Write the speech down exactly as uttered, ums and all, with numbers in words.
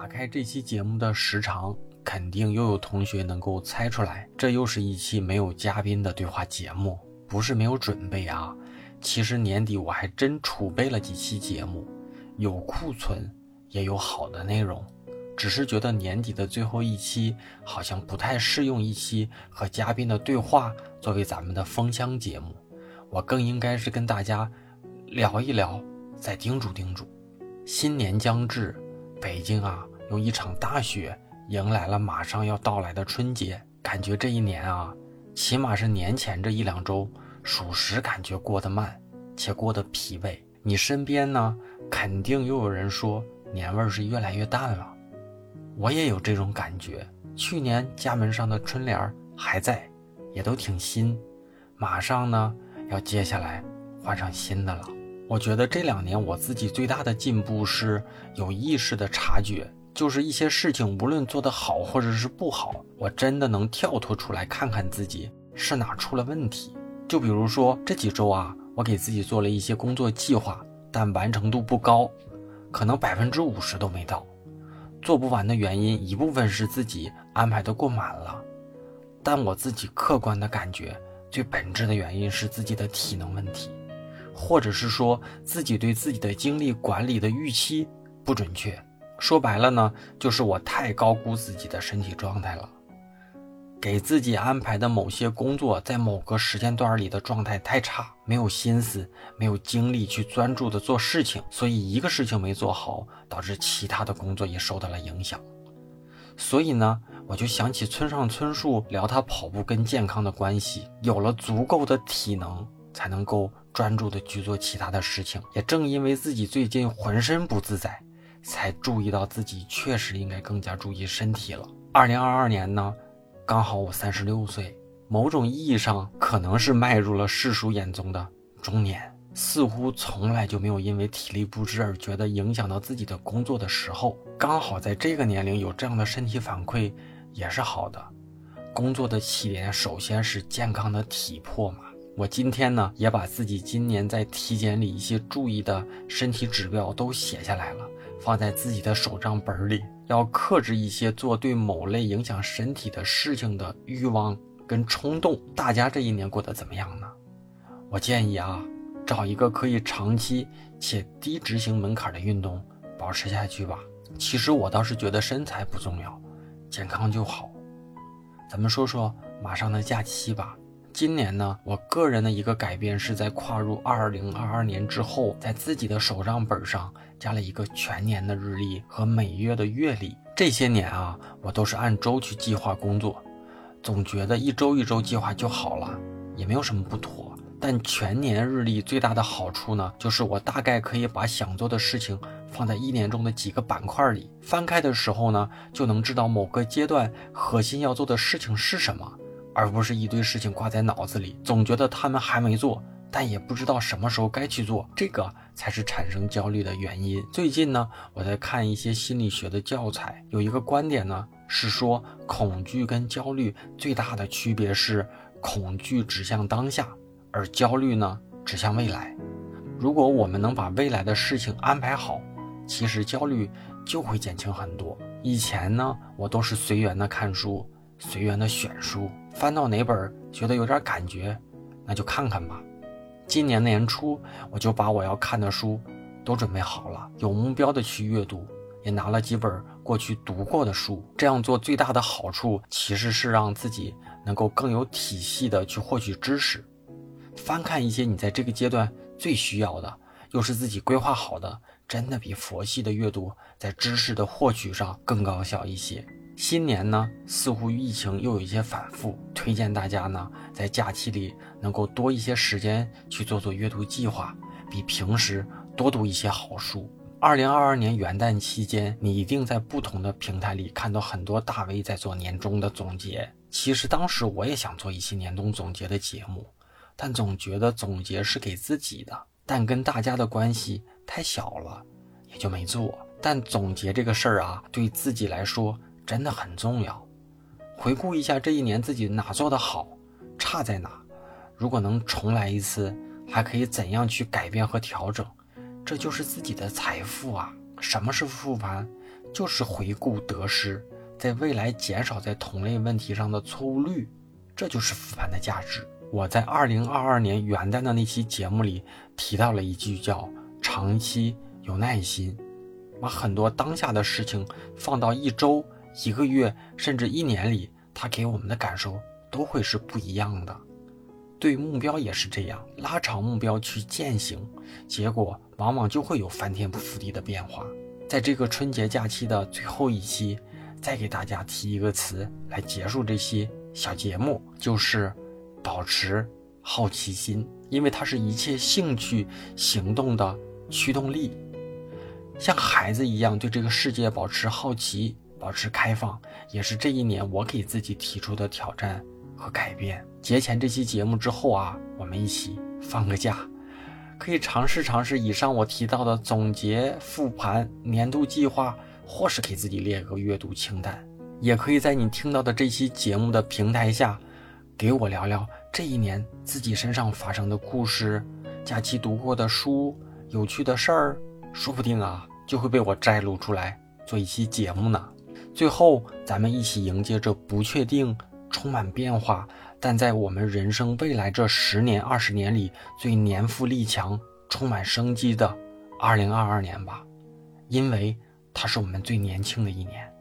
开这期节目的时长，肯定又有同学能够猜出来，这又是一期没有嘉宾的对话节目。不是没有准备啊，其实年底我还真储备了几期节目，有库存，也有好的内容，只是觉得年底的最后一期好像不太适用一期和嘉宾的对话作为咱们的封箱节目，我更应该是跟大家聊一聊，再叮嘱叮嘱。新年将至，北京啊用一场大雪迎来了马上要到来的春节，感觉这一年啊，起码是年前这一两周属实感觉过得慢，且过得疲惫。你身边呢肯定又有人说年味是越来越淡了，我也有这种感觉。去年家门上的春联还在，也都挺新，马上呢要接下来换上新的了。我觉得这两年我自己最大的进步是有意识的察觉，就是一些事情无论做得好或者是不好，我真的能跳脱出来看看自己是哪出了问题。就比如说这几周啊，我给自己做了一些工作计划，但完成度不高，可能百分之五十都没到。做不完的原因一部分是自己安排的过满了，但我自己客观的感觉最本质的原因是自己的体能问题，或者是说自己对自己的精力管理的预期不准确。说白了呢，就是我太高估自己的身体状态了，给自己安排的某些工作在某个时间段里的状态太差，没有心思，没有精力去专注的做事情，所以一个事情没做好，导致其他的工作也受到了影响。所以呢，我就想起村上春树聊他跑步跟健康的关系，有了足够的体能才能够专注的去做其他的事情。也正因为自己最近浑身不自在，才注意到自己确实应该更加注意身体了。二零二二年呢，刚好我三十六岁，某种意义上可能是迈入了世俗眼中的中年，似乎从来就没有因为体力不支而觉得影响到自己的工作的时候。刚好在这个年龄有这样的身体反馈也是好的。工作的起点首先是健康的体魄嘛。我今天呢也把自己今年在体检里一些注意的身体指标都写下来了，放在自己的手账本里，要克制一些做对某类影响身体的事情的欲望跟冲动。大家这一年过得怎么样呢？我建议啊，找一个可以长期且低执行门槛的运动保持下去吧。其实我倒是觉得身材不重要，健康就好。咱们说说马上的假期吧。今年呢，我个人的一个改变是在跨入二零二二年之后，在自己的手账本上加了一个全年的日历和每月的月历。这些年啊，我都是按周去计划工作，总觉得一周一周计划就好了，也没有什么不妥。但全年日历最大的好处呢，就是我大概可以把想做的事情放在一年中的几个板块里，翻开的时候呢，就能知道某个阶段核心要做的事情是什么，而不是一堆事情挂在脑子里，总觉得他们还没做，但也不知道什么时候该去做，这个才是产生焦虑的原因。最近呢，我在看一些心理学的教材，有一个观点呢，是说恐惧跟焦虑最大的区别是恐惧指向当下，而焦虑呢指向未来。如果我们能把未来的事情安排好，其实焦虑就会减轻很多。以前呢，我都是随缘的看书，随缘的选书，翻到哪本觉得有点感觉，那就看看吧。今年年初我就把我要看的书都准备好了，有目标的去阅读，也拿了几本过去读过的书。这样做最大的好处其实是让自己能够更有体系的去获取知识，翻看一些你在这个阶段最需要的，又是自己规划好的，真的比佛系的阅读在知识的获取上更高效一些。新年呢，似乎疫情又有一些反复，推荐大家呢在假期里能够多一些时间去做做阅读计划，比平时多读一些好书。二零二二年元旦期间，你一定在不同的平台里看到很多大 V 在做年终的总结。其实当时我也想做一期年终总结的节目，但总觉得总结是给自己的，但跟大家的关系太小了，也就没做。但总结这个事儿啊，对自己来说真的很重要。回顾一下这一年自己哪做得好，差在哪，如果能重来一次，还可以怎样去改变和调整，这就是自己的财富啊。什么是复盘？ 就是回顾得失，在未来减少在同类问题上的错误率，这就是复盘的价值。我在二零二二年元旦的那期节目里提到了一句叫长期有耐心，把很多当下的事情放到一周、一个月甚至一年里，它给我们的感受都会是不一样的。对目标也是这样，拉长目标去践行，结果往往就会有翻天覆地的变化。在这个春节假期的最后一期，再给大家提一个词来结束这期小节目，就是保持好奇心，因为它是一切兴趣行动的驱动力。像孩子一样对这个世界保持好奇，保持开放，也是这一年我给自己提出的挑战和改变。节前这期节目之后啊，我们一起放个假，可以尝试尝试以上我提到的总结、复盘、年度计划，或是给自己列个阅读清单。也可以在你听到的这期节目的平台下给我聊聊这一年自己身上发生的故事，假期读过的书，有趣的事儿，说不定啊就会被我摘录出来做一期节目呢。最后咱们一起迎接着不确定、充满变化，但在我们人生未来这十年二十年里最年富力强、充满生机的二零二二年吧，因为它是我们最年轻的一年。